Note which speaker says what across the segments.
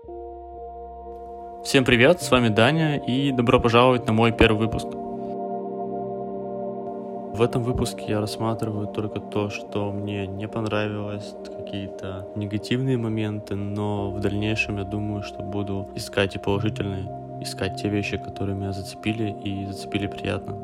Speaker 1: Всем привет, с вами Даня, и добро пожаловать на мой первый выпуск. В этом выпуске я рассматриваю только то, что мне не понравилось, какие-то негативные моменты, но в дальнейшем я думаю, что буду искать и положительные, искать те вещи, которые меня зацепили и зацепили приятно.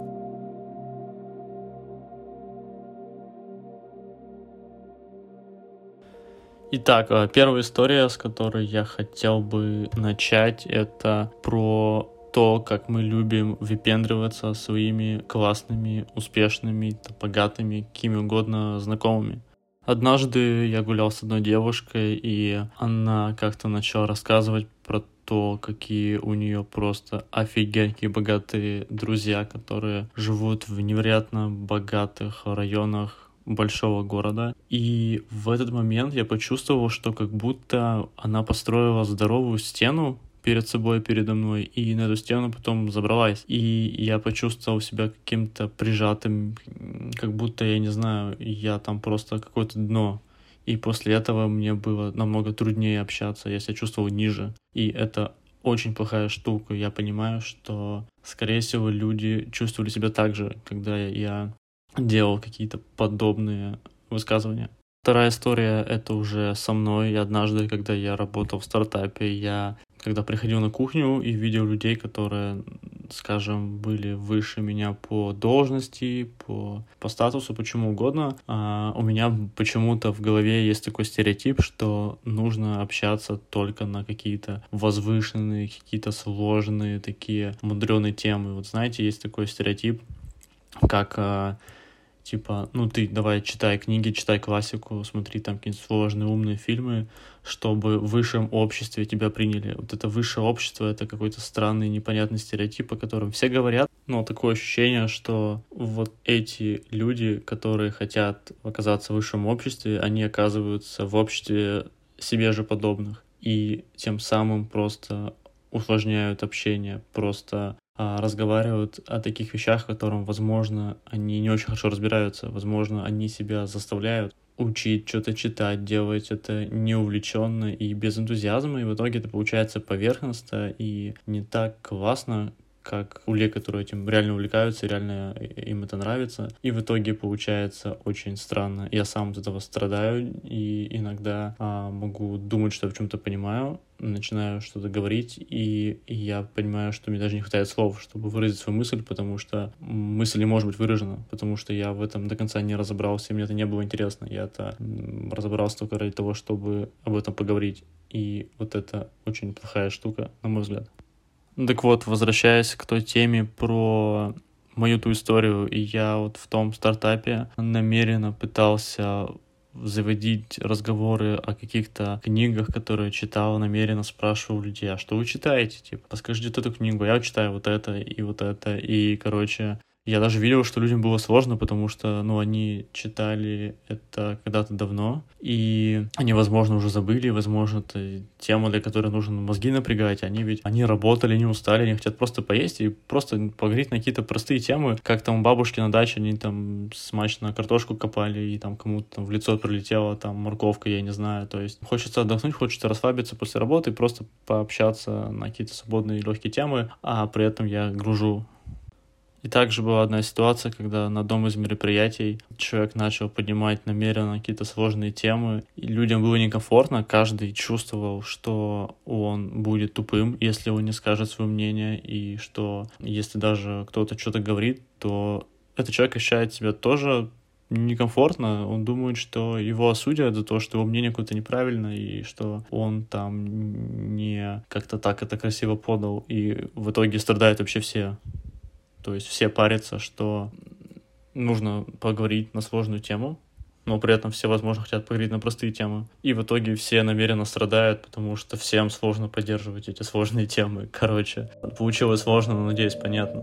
Speaker 1: Итак, первая история, с которой я хотел бы начать, это про то, как мы любим выпендриваться своими классными, успешными, богатыми, какими угодно знакомыми. Однажды я гулял с одной девушкой, и она как-то начала рассказывать про то, какие у нее просто офигенские богатые друзья, которые живут в невероятно богатых районах большого города. И в этот момент я почувствовал, что как будто она построила здоровую стену перед собой, передо мной, и на эту стену потом забралась. И я почувствовал себя каким-то прижатым, как будто, я не знаю, я там просто какое-то дно. И после этого мне было намного труднее общаться, я себя чувствовал ниже. И это очень плохая штука. Я понимаю, что, скорее всего, люди чувствовали себя так же, когда я делал какие-то подобные высказывания. Вторая история — это уже со мной. И однажды, когда я работал в стартапе, когда приходил на кухню и видел людей, которые, скажем, были выше меня по должности, по статусу, почему угодно, у меня почему-то в голове есть такой стереотип, что нужно общаться только на какие-то возвышенные, какие-то сложные, такие мудреные темы. Вот знаете, есть такой стереотип, как ты давай читай книги, читай классику, смотри там какие-нибудь сложные, умные фильмы, чтобы в высшем обществе тебя приняли. Вот это высшее общество — это какой-то странный, непонятный стереотип, о котором все говорят, но такое ощущение, что вот эти люди, которые хотят оказаться в высшем обществе, они оказываются в обществе себе же подобных, и тем самым просто усложняют общение, просто разговаривают о таких вещах, в которых, возможно, они не очень хорошо разбираются, возможно, они себя заставляют учить, что-то читать, делать это неувлеченно и без энтузиазма, и в итоге это получается поверхностно и не так классно, как у людей, которые этим реально увлекаются, реально им это нравится. И в итоге получается очень странно. Я сам от этого страдаю, и иногда могу думать, что я в чем-то понимаю, начинаю что-то говорить, и я понимаю, что мне даже не хватает слов, чтобы выразить свою мысль, потому что мысль не может быть выражена, потому что я в этом до конца не разобрался, и мне это не было интересно. Я-то разобрался только ради того, чтобы об этом поговорить. И вот это очень плохая штука, на мой взгляд. Так вот, возвращаясь к той теме про мою ту историю, и я вот в том стартапе намеренно пытался заводить разговоры о каких-то книгах, которые читал, намеренно спрашивал людей: а что вы читаете? Расскажите эту книгу, я читаю вот это, и, короче, я даже видел, что людям было сложно, потому что, они читали это когда-то давно, и они, возможно, уже забыли, возможно, это тема, для которой нужно мозги напрягать, они работали, они устали, они хотят просто поесть и просто поговорить на какие-то простые темы, как там у бабушки на даче, они там смачно картошку копали, и там кому-то там в лицо прилетела там морковка, я не знаю, то есть хочется отдохнуть, хочется расслабиться после работы, просто пообщаться на какие-то свободные легкие темы, а при этом я гружу. И также была одна ситуация, когда на одном из мероприятий человек начал поднимать намеренно какие-то сложные темы, и людям было некомфортно, каждый чувствовал, что он будет тупым, если он не скажет свое мнение, и что если даже кто-то что-то говорит, то этот человек ощущает себя тоже некомфортно, он думает, что его осудят за то, что его мнение какое-то неправильно, и что он там не как-то так это красиво подал, и в итоге страдают вообще все. То есть все парятся, что нужно поговорить на сложную тему, но при этом все, возможно, хотят поговорить на простые темы. И в итоге все намеренно страдают, потому что всем сложно поддерживать эти сложные темы. Короче, получилось сложно, но, надеюсь, понятно.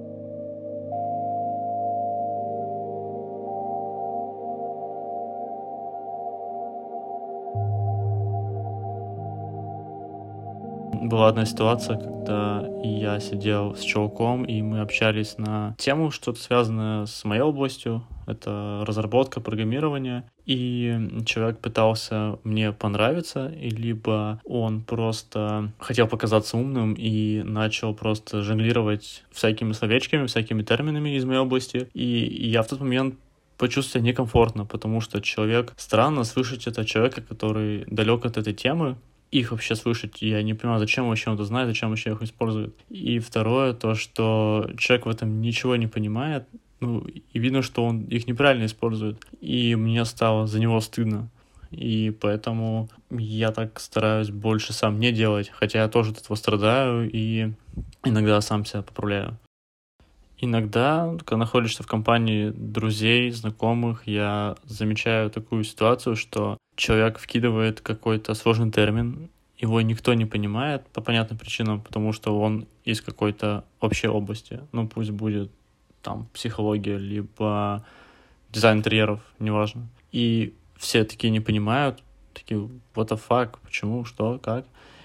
Speaker 1: Была одна ситуация, когда я сидел с чуваком, и мы общались на тему, что-то связанное с моей областью. Это разработка, программирование. и человек пытался мне понравиться, либо он просто хотел показаться умным и начал просто жонглировать всякими словечками, всякими терминами из моей области, и я в тот момент почувствовал себя некомфортно, потому что странно слышать от человека, который далек от этой темы, их вообще слышать. Я не понимаю, зачем вообще он это знает, зачем вообще их использует. И второе, то, что человек в этом ничего не понимает, и видно, что он их неправильно использует. И мне стало за него стыдно. И поэтому я так стараюсь больше сам не делать, хотя я тоже от этого страдаю и иногда сам себя поправляю. Иногда, когда находишься в компании друзей, знакомых, я замечаю такую ситуацию, что человек вкидывает какой-то сложный термин, его никто не понимает по понятным причинам, потому что он из какой-то общей области. Пусть будет там психология, либо дизайн интерьеров, неважно. И все такие не понимают, такие, what the fuck, почему, что, как.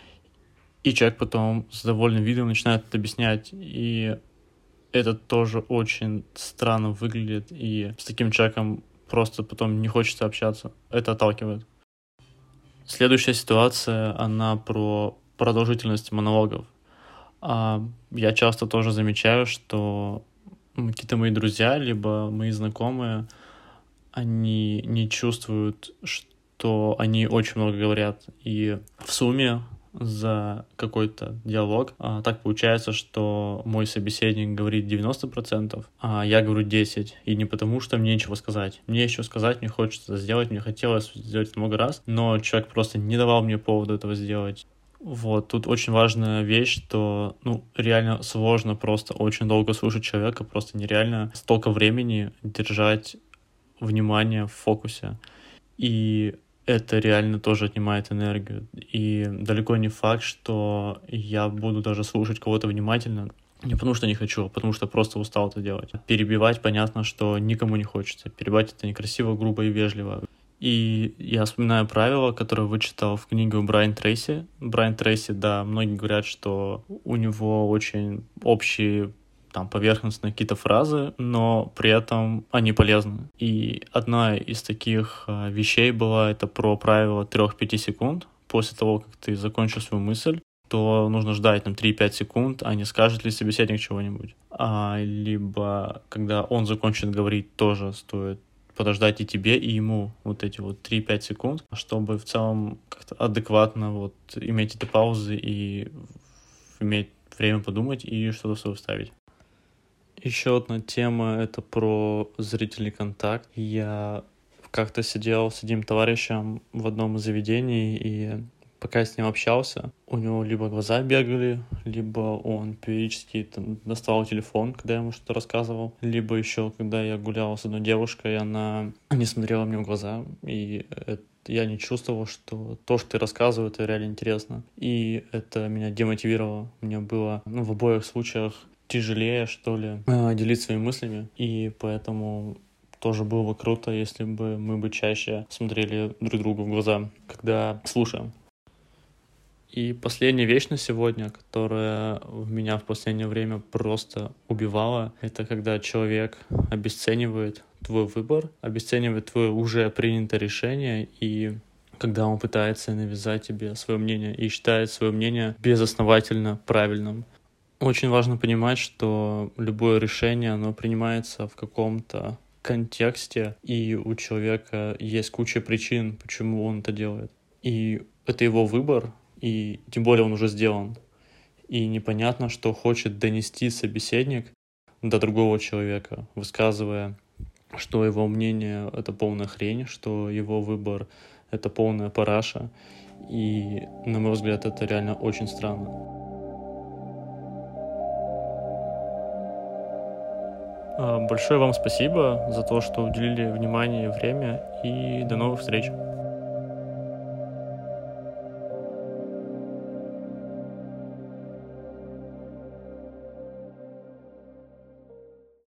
Speaker 1: И человек потом с довольным видом начинает это объяснять, и это тоже очень странно выглядит, и с таким человеком просто потом не хочется общаться. Это отталкивает. Следующая ситуация, она про продолжительность монологов. Я часто тоже замечаю, что какие-то мои друзья, либо мои знакомые, они не чувствуют, что они очень много говорят. И в сумме за какой-то диалог так получается, что мой собеседник говорит 90%, а я говорю 10%. И не потому, что мне нечего сказать. Мне еще сказать, мне хочется сделать, мне хотелось сделать это много раз, но человек просто не давал мне повода этого сделать. Вот, тут очень важная вещь, что, реально сложно просто очень долго слушать человека, просто нереально столько времени держать внимание в фокусе. И это реально тоже отнимает энергию. И далеко не факт, что я буду даже слушать кого-то внимательно, не потому что не хочу, а потому что просто устал это делать. Перебивать, понятно, что никому не хочется. Перебивать это некрасиво, грубо и вежливо. И я вспоминаю правило, которое вычитал в книге у Брайан Трейси. Брайан Трейси, да, многие говорят, что у него очень общие поверхностные какие-то фразы, но при этом они полезны. И одна из таких вещей была это про правило 3-5 секунд. После того, как ты закончил свою мысль, то нужно ждать 3-5 секунд, а не скажет ли собеседник чего-нибудь. Либо, когда он закончит говорить, тоже стоит подождать и тебе, и ему вот эти 3-5 секунд, чтобы в целом как-то адекватно иметь эти паузы и иметь время подумать и что-то свое вставить. Еще одна тема — это про зрительный контакт. Я как-то сидел с одним товарищем в одном из заведений, и пока я с ним общался, у него либо глаза бегали, либо он периодически доставал телефон, когда я ему что-то рассказывал, либо еще, когда я гулял с одной девушкой, она не смотрела мне в глаза, и я не чувствовал, что то, что ты рассказывал, это реально интересно. И это меня демотивировало. Мне было, в обоих случаях тяжелее, что ли, делиться своими мыслями, и поэтому тоже было бы круто, если бы мы бы чаще смотрели друг другу в глаза, когда слушаем. И последняя вещь на сегодня, которая меня в последнее время просто убивала, это когда человек обесценивает твой выбор, обесценивает твое уже принятое решение, и когда он пытается навязать тебе свое мнение и считает свое мнение безосновательно правильным. Очень важно понимать, что любое решение, оно принимается в каком-то контексте, и у человека есть куча причин, почему он это делает. И это его выбор, и тем более он уже сделан. И непонятно, что хочет донести собеседник до другого человека, высказывая, что его мнение — это полная хрень, что его выбор — это полная параша. И, на мой взгляд, это реально очень странно. Большое вам спасибо за то, что уделили внимание и время, и до новых встреч.